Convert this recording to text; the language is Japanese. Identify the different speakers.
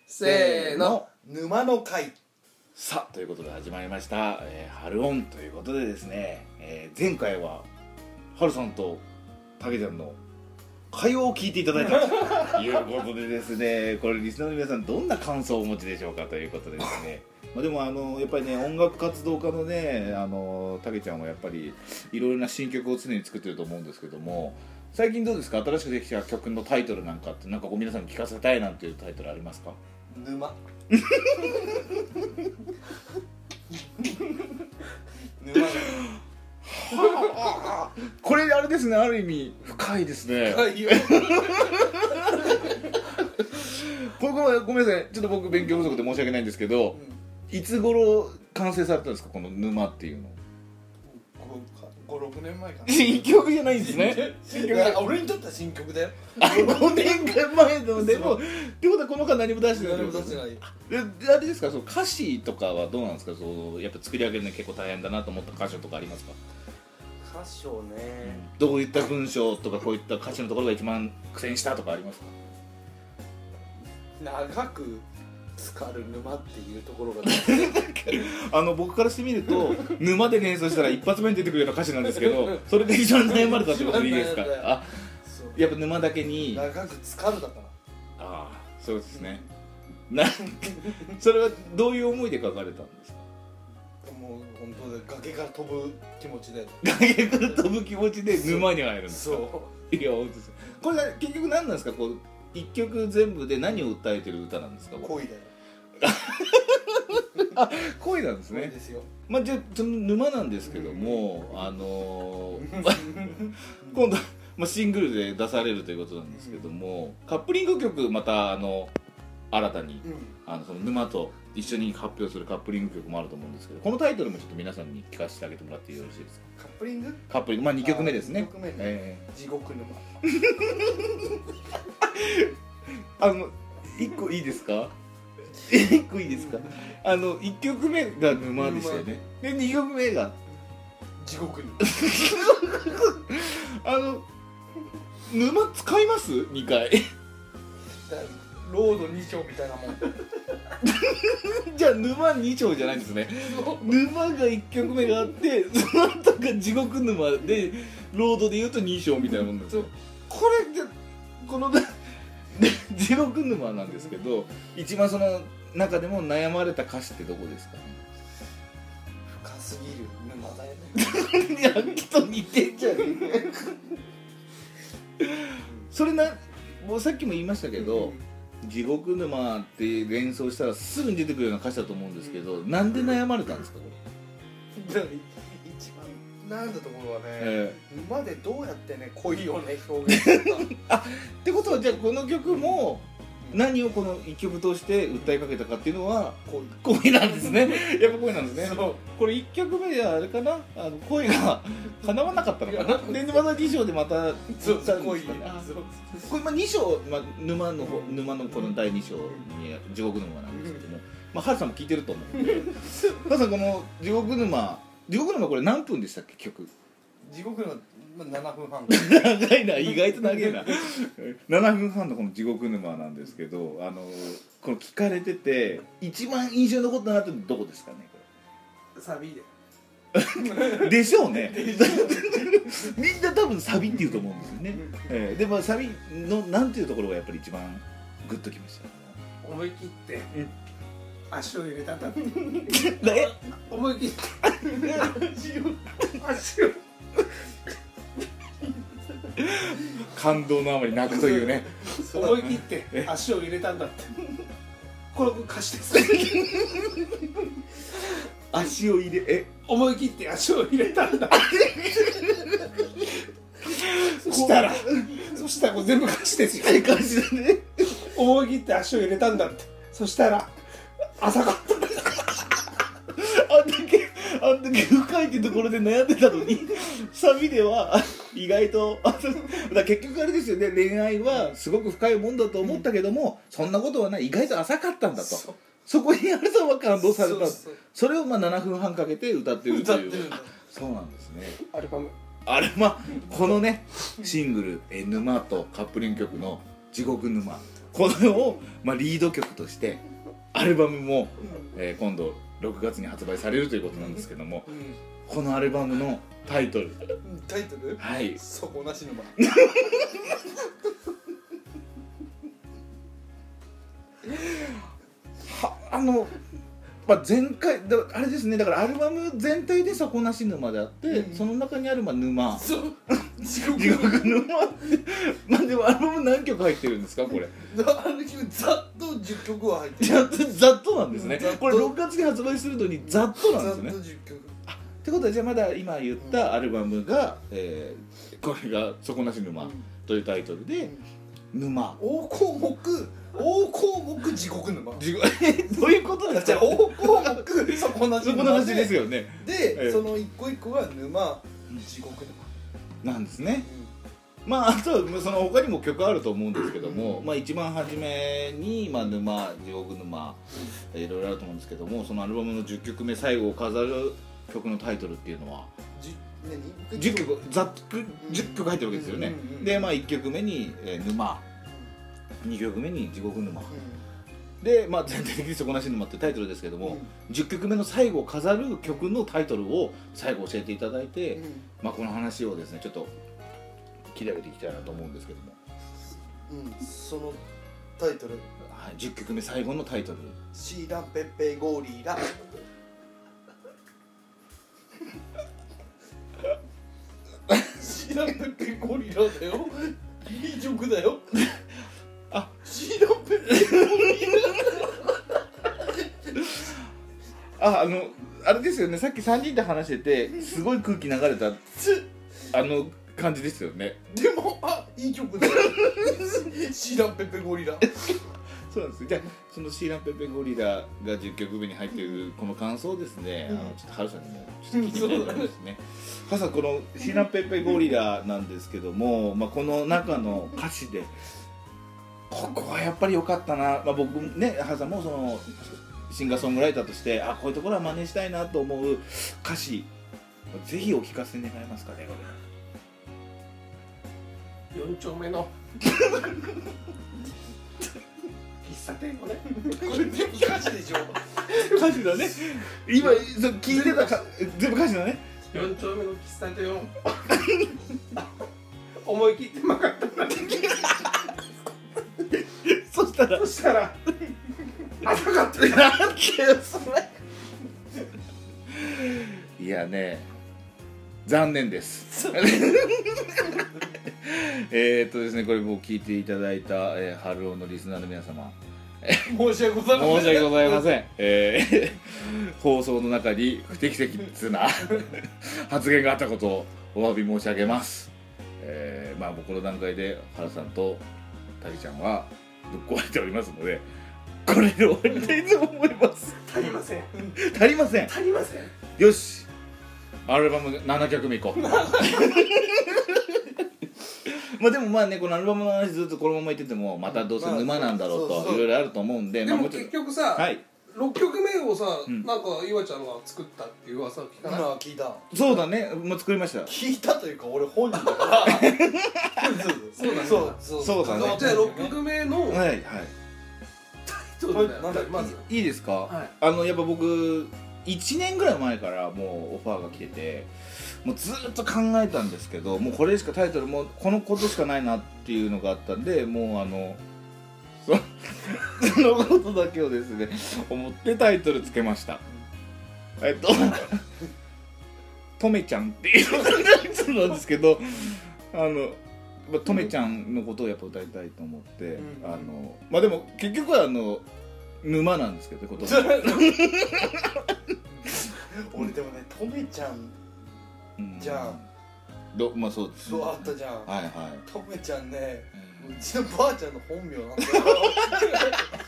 Speaker 1: せーの、
Speaker 2: 沼の会。
Speaker 3: さあということで始まりました、春オンということでですね、前回は春さんとたけちゃんの会話を聞いていただいたということでですね、これリスナーの皆さんどんな感想をお持ちでしょうかということでですねまあでもやっぱりね、音楽活動家のねたけちゃんはやっぱりいろいろな新曲を常に作ってると思うんですけども、最近どうですか？新しくできた曲のタイトルなんかってなんかこう皆さんに聞かせたいなんていうタイトルありますか？
Speaker 2: 沼
Speaker 3: これあれですね、ある意味深いですね。これごめんなさい、ちょっと僕勉強不足で申し訳ないんですけど、いつ頃完成されたんですか、この沼っていうの。
Speaker 2: 5、6年前かな。
Speaker 3: 新曲じゃないんですね。
Speaker 2: 俺にとっては新曲だよ。
Speaker 3: 5年前のでもってことはこの間何も出してない。
Speaker 2: 何も出してない。
Speaker 3: あれですか、その歌詞とかはどうなんですか？そうやっぱ作り上げるの結構大変だなと思った箇所とかありますか？
Speaker 1: 歌唱ね、
Speaker 3: どういった文章とかこういった歌詞のところが一番苦戦したとかありますか？
Speaker 1: 長く浸かる沼っていうところが
Speaker 3: 僕からしてみると沼で連想したら一発目に出てくるような歌詞なんですけど、それで一番悩まれたってことでいいですか？あ、やっぱ沼だけに
Speaker 2: 長く浸かるだから。
Speaker 3: ああ、そうですね。それはどういう思いで書かれたんですか？
Speaker 2: もう本当で崖から飛ぶ気持ちで。
Speaker 3: 崖から飛ぶ気持ちで沼に入るんですか？
Speaker 2: そ
Speaker 3: いや、本当です。これ結局何なんですか？こう一曲全部で何を訴えてる歌なんですか？
Speaker 2: う恋だよ。
Speaker 3: あ、恋なんですね。
Speaker 2: 恋ですよ。
Speaker 3: まあ、じゃあその沼なんですけども、今度、シングルで出されるということなんですけども、カップリング曲また新たに、その沼と一緒に発表するカップリング曲もあると思うんですけど、このタイトルもちょっと皆さんに聞かせてあげてもらってよろしいですか？
Speaker 2: カップリング？
Speaker 3: カップリング、2曲目ですね。
Speaker 2: 2曲目ね。地獄沼。
Speaker 3: 1個いいですか？1個いいですか？1曲目が沼でしたよね。で2曲目が
Speaker 2: 地獄沼。
Speaker 3: 沼使います ?2 回
Speaker 2: ロード2章みたいなもん。
Speaker 3: じゃあ沼2丁じゃないんですね。沼が1曲目があって、その後が地獄沼で、ロードで言うと2章みたいなもんなんですよ。これじゃこの地獄沼なんですけど、一番その中でも悩まれた歌詞ってどこですかね？
Speaker 2: 深すぎる沼だよね。
Speaker 3: いや、きっと似てんじゃねえ。それもうさっきも言いましたけど、地獄沼って連想したらすぐに出てくるような歌詞だと思うんですけど、なんで悩まれたんですかこれ？
Speaker 2: 一番悩んだところはね、沼でどうやってね恋をね表現するか。
Speaker 3: ってことはじゃあこの曲も何をこの一曲通して訴えかけたかっていうのは恋なんですね。やっぱ恋なんですね。これ1曲目であれかな、恋が叶わなかったのかな。でまた2章でまた
Speaker 2: 恋。
Speaker 3: これ2章、沼のこの第2章に地獄沼なんですけども、ハルさんも聞いてると思うんで、ハルさんこの地獄沼これ何分でしたっけ曲？
Speaker 2: 地獄沼7分半。
Speaker 3: 長いな、意外と長いな。7分半のこの地獄沼なんですけど、この聞かれてて一番印象に残ったなってどこですかね？こ
Speaker 2: サビで。
Speaker 3: れでしょうね。みんな多分サビって言うと思うんですよね。でサビのなんていうところがやっぱり一番グッときました。
Speaker 2: 思い切って足を入れたんだって。思い切って足を
Speaker 3: 感動のあまり泣くというね。
Speaker 2: 思い切って足を入れたんだって。これ歌詞です。
Speaker 3: 足を入れ
Speaker 2: 思い切って足を入れたんだ。そしたらこれ全部歌詞ですよ。
Speaker 3: 歌詞だね。
Speaker 2: 思い切って足を入れたんだって。そしたら浅かった。
Speaker 3: あんだけ深いってところで悩んでたのに、サビでは意外とだ結局あれですよね、恋愛はすごく深いもんだと思ったけども、そんなことはない、意外と浅かったんだと。そこにあるさんは感動された。それを7分半かけて歌ってるという。そうなんですね。
Speaker 2: アルバム
Speaker 3: このねシングル「沼」とカップリング曲の「地獄沼」、 これを、リード曲としてアルバムも、今度6月に発売されるということなんですけども、このアルバムのタイトル、はい、
Speaker 2: 底なし沼
Speaker 3: 前回あれですね、だからアルバム全体で底なし沼であって、その中にある沼、地獄沼でもアルバム何曲入ってるんですかこれ？
Speaker 2: ざっと10曲は入ってる。
Speaker 3: ざっとなんですね。これ6月に発売するのにざっとなんですね。
Speaker 2: ざっと10曲。
Speaker 3: ってことはじゃあまだ今言ったアルバムが、これが底なし沼というタイトルで、沼
Speaker 2: 大項目地獄沼。
Speaker 3: どういうことですか？
Speaker 2: 大項目底なし沼
Speaker 3: ですよね。
Speaker 2: で、その一個一個が沼、地獄
Speaker 3: 沼なんですね。あとその他にも曲あると思うんですけども、一番初めに、沼、地獄沼、いろいろあると思うんですけども、そのアルバムの10曲目、最後を飾る曲のタイトルっていうのは10曲、ざっと10曲入ってるわけですよね。で、1曲目に沼、2曲目に地獄沼、で、全体的に底なし沼ってタイトルですけども、10曲目の最後を飾る曲のタイトルを最後教えていただいて、この話をですねちょっと切り上げていきたいなと思うんですけども、
Speaker 2: そのタイトル、
Speaker 3: 10曲目最後のタイトル、
Speaker 2: シーランペッペゴリラシーランペッペゴリラだよ、いい曲だよシーランペッペゴリ
Speaker 3: ラあれですよね、さっき3人で話しててすごい空気流れた感じですよね。
Speaker 2: でもいい曲だよシーランペッペゴリラ
Speaker 3: そうなんです。じゃあそのシーランペッペゴリラが10曲目に入っているこの感想をですね、ちょっとハルさんにもちょっと聞いてみたいと思いますね。ハルさん、このシーランペッペゴリラなんですけども、この中の歌詞でここはやっぱり良かったな、僕ね、ハルさんもそのシンガーソングライターとしてこういうところは真似したいなと思う歌詞、ぜひお聞かせ願えますかね。こ
Speaker 1: れ4丁目の喫茶店のね、
Speaker 2: これ全部歌詞でしょ
Speaker 3: 歌詞だね、今聞いてたか全部歌詞だね。
Speaker 1: 4丁目の喫茶店を思い切って曲がった
Speaker 3: そしたら
Speaker 1: 浅かった
Speaker 3: なんてよそれ。いやね、残念ですですね、これもう聞いていただいた、春尾のリスナーの皆様、
Speaker 2: 申し訳ございません。
Speaker 3: 申し訳ございません。放送の中に不適切な発言があったことをお詫び申し上げます。もうこの段階で原さんとタキちゃんはぶっ壊れておりますので、これで終わりたいと思います。
Speaker 1: 足りません。
Speaker 3: 足りません。
Speaker 1: 足りません。
Speaker 3: よし、アルバム7曲目いこう。でもこのアルバムの話ずっとこのまま言っててもまたどうせ沼なんだろうといろいろあると思うんで、
Speaker 1: でも結局さ、
Speaker 3: はい
Speaker 1: 6曲目をさ、なんか岩ちゃんが作ったっていう噂を聞かない？
Speaker 2: 聞いた。
Speaker 3: そうだね、もう作りました。
Speaker 2: 聞いたというか俺本人だから
Speaker 1: そうだね。
Speaker 3: そうだね。
Speaker 1: じゃあ6曲目の
Speaker 3: はいはい、
Speaker 1: タイトルだよ。
Speaker 3: まずいいですか？
Speaker 1: はい、
Speaker 3: やっぱ僕1年ぐらい前からもうオファーが来てて、もうずっと考えたんですけど、もうこれしかタイトルもこのことしかないなっていうのがあったんで、もうそのことだけをですね思ってタイトルつけました。とめちゃんっていうタイなんですけど、とめちゃんのことをやっぱ歌いたいと思って、でも結局は沼なんですけど、こと
Speaker 2: 俺でもね、とめちゃんじゃん。
Speaker 3: そうです。
Speaker 2: そうあったじゃん。
Speaker 3: はいはい。
Speaker 2: とめちゃんね、うちのばあちゃんの本名なんだよ。